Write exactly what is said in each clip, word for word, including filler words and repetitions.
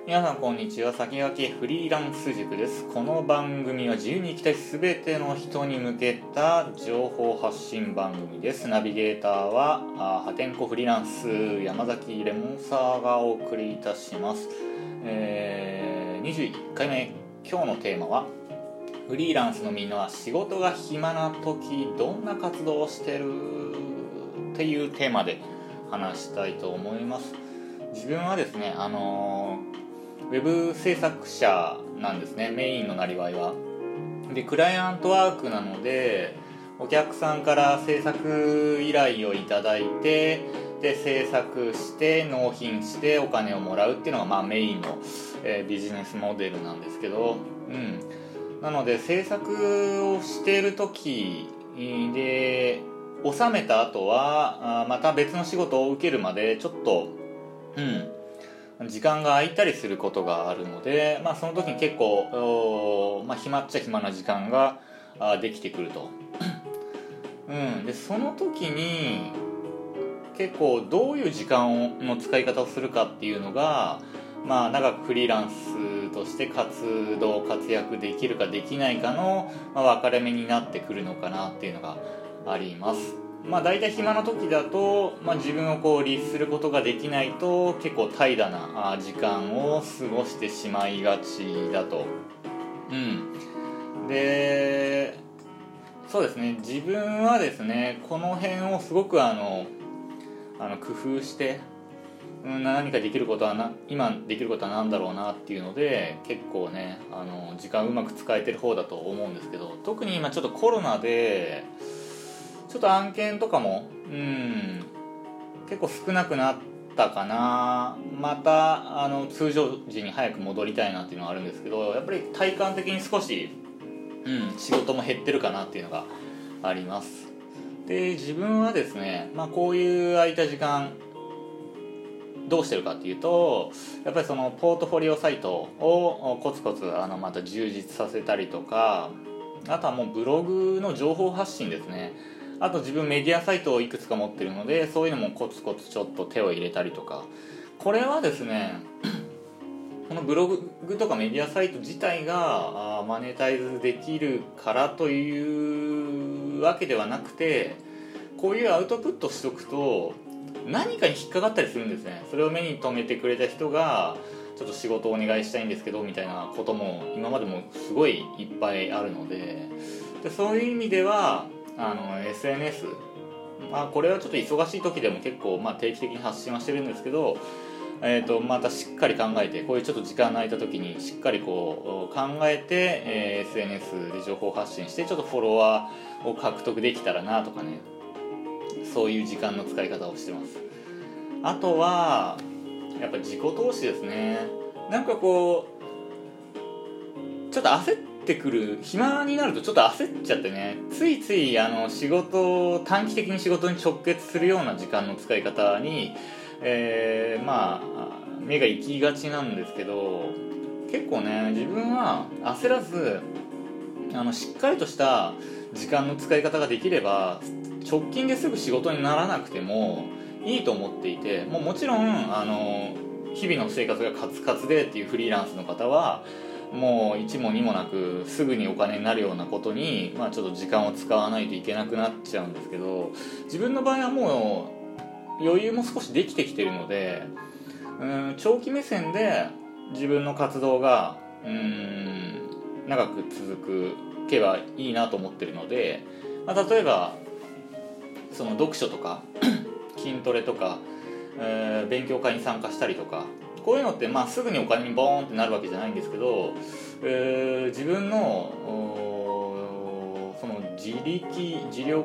皆さんこんにちは。先駆けフリーランス塾です。この番組は自由に生きたいすべての人に向けた情報発信番組です。ナビゲーターは破天荒フリーランス山崎レモンサーがお送りいたします。えー、にじゅういっかいめ、今日のテーマはフリーランスのみんなは仕事が暇な時どんな活動をしてるっていうテーマで話したいと思います。自分はですね、あのーウェブ制作者なんですね、メインのなりわいは。でクライアントワークなので、お客さんから制作依頼をいただいて、で制作して納品してお金をもらうっていうのがまあメインの、えー、ビジネスモデルなんですけど、うん、なので制作をしている時で収めた後はまた別の仕事を受けるまでちょっとうん時間が空いたりすることがあるので、まあ、その時に結構、まあ、暇っちゃ暇な時間ができてくると、うん、でその時に結構どういう時間の使い方をするかっていうのが、まあ、長くフリーランスとして活動活躍できるかできないかの、まあ、分かれ目になってくるのかなっていうのがあります。まあ、大体暇な時だと、まあ、自分をこう律することができないと結構怠惰な時間を過ごしてしまいがちだと。うんでそうですね、自分はですねこの辺をすごくあのあの工夫して、うん、何かできることはな今できることは何だろうなっていうので結構ねあの時間うまく使えてる方だと思うんですけど、特に今ちょっとコロナでちょっと案件とかもうん結構少なくなったかな。またあの通常時に早く戻りたいなっていうのはあるんですけど、やっぱり体感的に少し、うん、仕事も減ってるかなっていうのがあります。で自分はですね、まあ、こういう空いた時間どうしてるかっていうと、やっぱりそのポートフォリオサイトをコツコツあのまた充実させたりとか、あとはもうブログの情報発信ですね。あと自分メディアサイトをいくつか持ってるので、そういうのもコツコツちょっと手を入れたりとか。これはですねこのブログとかメディアサイト自体がマネタイズできるからというわけではなくて、こういうアウトプットしとくと何かに引っかかったりするんですね。それを目に留めてくれた人がちょっと仕事をお願いしたいんですけどみたいなことも今までもすごいいっぱいあるので、でそういう意味ではあの エスエヌエス、まあ、これはちょっと忙しい時でも結構、まあ、定期的に発信はしてるんですけど、えー、とまたしっかり考えて、こういうちょっと時間の空いた時にしっかりこう考えて、えー、エスエヌエス で情報発信してちょっとフォロワーを獲得できたらなとかね、そういう時間の使い方をしてます。あとはやっぱ自己投資ですね。なんかこうちょっと焦ってくる、暇になるとちょっと焦っちゃってね、ついついあの仕事短期的に仕事に直結するような時間の使い方に、えー、まあ目が行きがちなんですけど、結構ね自分は焦らずあのしっかりとした時間の使い方ができれば直近ですぐ仕事にならなくてもいいと思っていて、もうもちろんあの日々の生活がカツカツでっていうフリーランスの方はもう一も二もなくすぐにお金になるようなことに、まあ、ちょっと時間を使わないといけなくなっちゃうんですけど、自分の場合はもう余裕も少しできてきてるので、うん長期目線で自分の活動がうん長く続けばいいなと思ってるので、まあ、例えばその読書とか筋トレとか、えー、勉強会に参加したりとか、こういうのってまあすぐにお金にボーンってなるわけじゃないんですけど、えー、自分のその自力自力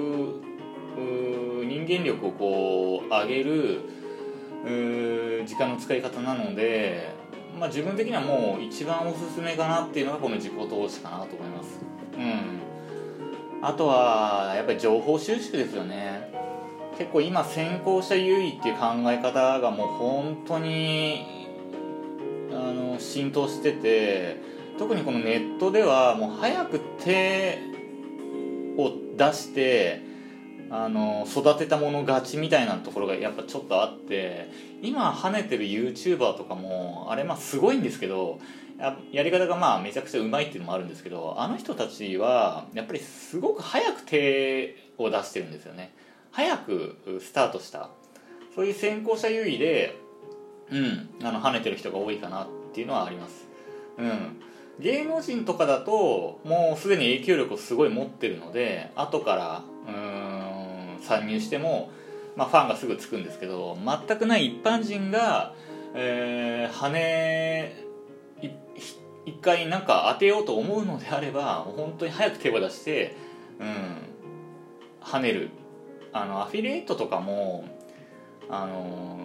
人間力をこう上げる時間の使い方なので、まあ、自分的にはもう一番おすすめかなっていうのがこの自己投資かなと思います。うん、あとはやっぱり情報収集ですよね。結構今先行者優位っていう考え方がもう本当にあの浸透してて、特にこのネットではもう早く手を出してあの育てたもの勝ちみたいなところがやっぱちょっとあって、今跳ねてる YouTuber とかもあれまあすごいんですけど、や, やり方がまあめちゃくちゃうまいっていうのもあるんですけど、あの人たちはやっぱりすごく早く手を出してるんですよね。早くスタートした、そういう先行者優位で、うん、あの跳ねてる人が多いかなっていうのはあります。うん、芸能人とかだともうすでに影響力をすごい持ってるので、後からうーん参入しても、まあ、ファンがすぐつくんですけど、全くない一般人が、えー、跳ね一回なんか当てようと思うのであれば、もう本当に早く手を出して、うん、跳ねる。あのアフィリエイトとかも、あの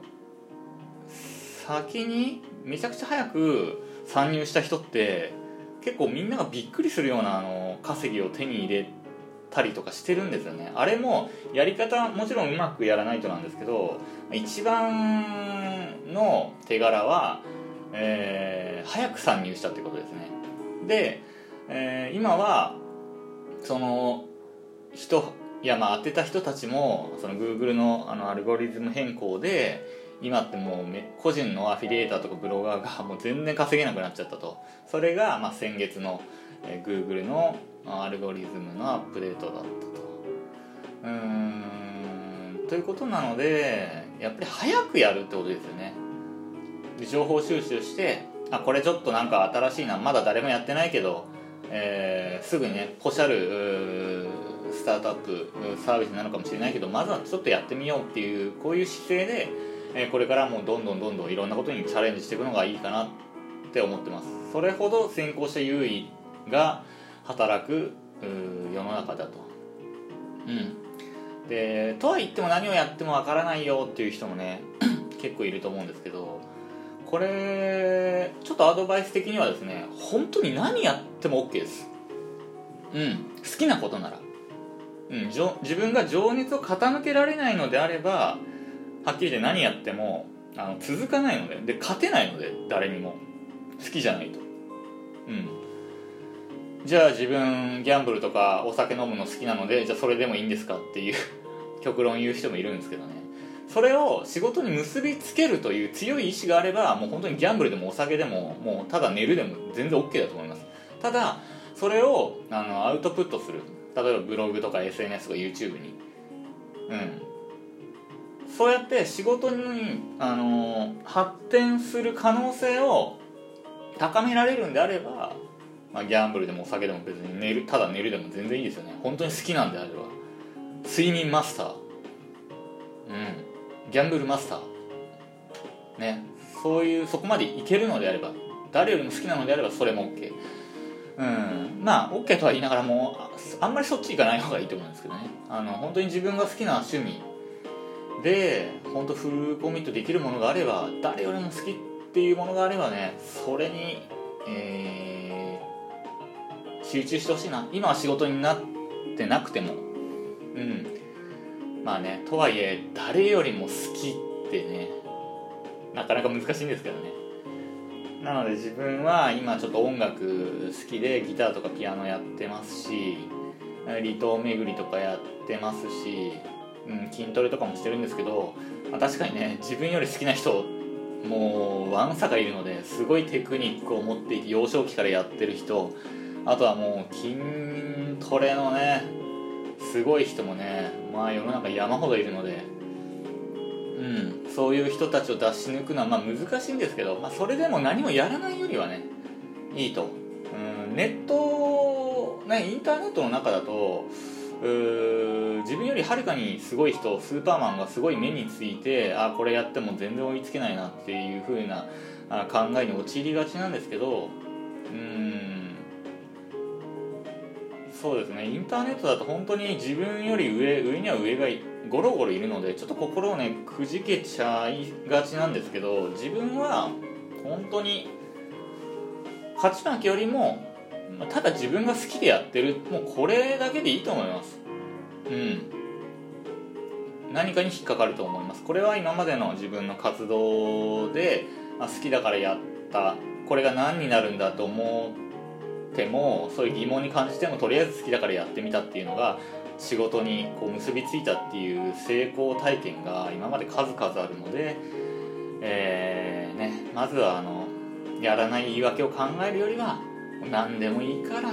ー、先にめちゃくちゃ早く参入した人って結構みんながびっくりするようなあの稼ぎを手に入れたりとかしてるんですよね。あれもやり方もちろんうまくやらないとなんですけど、一番の手柄は、えー、早く参入したってことですね。で、えー、今はその人いやまあ当てた人たちもその Google の, あのアルゴリズム変更で今ってもう個人のアフィリエイターとかブロガーがもう全然稼げなくなっちゃったと。それがまあ先月の Google のアルゴリズムのアップデートだったと。うーんということなので、やっぱり早くやるってことですよね。で情報収集して、あこれちょっとなんか新しいな、まだ誰もやってないけど、えー、すぐにねポシャるスタートアップサービスなのかもしれないけど、まずはちょっとやってみようっていう、こういう姿勢で、えー、これからもうどんどんどんどんいろんなことにチャレンジしていくのがいいかなって思ってます。それほど先行者優位が働く世の中だと。うんでとは言っても何をやってもわからないよっていう人もね結構いると思うんですけど、これちょっとアドバイス的にはですね、本当に何やっても OK です。うん好きなことなら、うん、自分が情熱を傾けられないのであれば、はっきり言って何やってもあの続かないので、で勝てないので、誰にも好きじゃないと。うんじゃあ自分ギャンブルとかお酒飲むの好きなので、じゃあそれでもいいんですかっていう極論言う人もいるんですけどね。それを仕事に結びつけるという強い意志があれば、もう本当にギャンブルでもお酒でももうただ寝るでも全然 OK だと思います。ただそれをあのアウトプットする、例えばブログとか エスエヌエス とか YouTube に、うんそうやって仕事に、あの発展する可能性を高められるんであれば、まあ、ギャンブルでもお酒でも別に寝るただ寝るでも全然いいですよね。本当に好きなんであれば睡眠マスター、うんギャンブルマスターね、そういうそこまでいけるのであれば、誰よりも好きなのであればそれも OK。 うんまあ OK とは言いながらも あ, あんまりそっち行かない方がいいと思うんですけどね。あの本当に自分が好きな趣味で本当フルコミットできるものがあれば、誰よりも好きっていうものがあればね、それに、えー、集中してほしいな。今は仕事になってなくても、うんまあね、とはいえ誰よりも好きってねなかなか難しいんですけどね。なので自分は今ちょっと音楽好きでギターとかピアノやってますし、離島巡りとかやってますし、うん、筋トレとかもしてるんですけど、まあ、確かにね自分より好きな人もうわんさかいるので、すごいテクニックを持っていて幼少期からやってる人、あとはもう筋トレのねすごい人もね、まあ世の中山ほどいるので、うん、そういう人たちを出し抜くのはまあ難しいんですけど、まあ、それでも何もやらないよりはねいいと。うん、ネット、ね、インターネットの中だと自分よりはるかにすごい人、スーパーマンがすごい目について、あこれやっても全然追いつけないなっていう風な考えに陥りがちなんですけど、うーんそうですね、インターネットだと本当に自分より上上には上がゴロゴロいるので、ちょっと心をねくじけちゃいがちなんですけど、自分は本当に勝ち負けよりもただ自分が好きでやってる、もうこれだけでいいと思います。うん何かに引っかかると思います。これは今までの自分の活動で、まあ、好きだからやった、これが何になるんだと思っても、そういう疑問に感じてもとりあえず好きだからやってみたっていうのが仕事にこう結びついたっていう成功体験が今まで数々あるので、えーね、まずはあのやらない言い訳を考えるよりは何でもいいから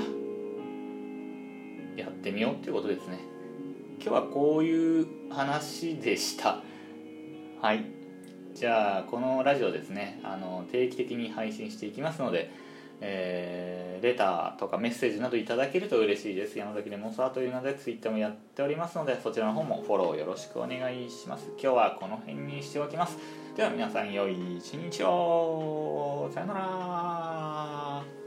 やってみようっていうことですね。今日はこういう話でした。はい、じゃあこのラジオですね、あの定期的に配信していきますので、えー、レターとかメッセージなどいただけると嬉しいです。山崎レモンサワーという名でツイッターもやっておりますので、そちらの方もフォローよろしくお願いします。今日はこの辺にしておきます。では皆さん良い一日を。さよなら。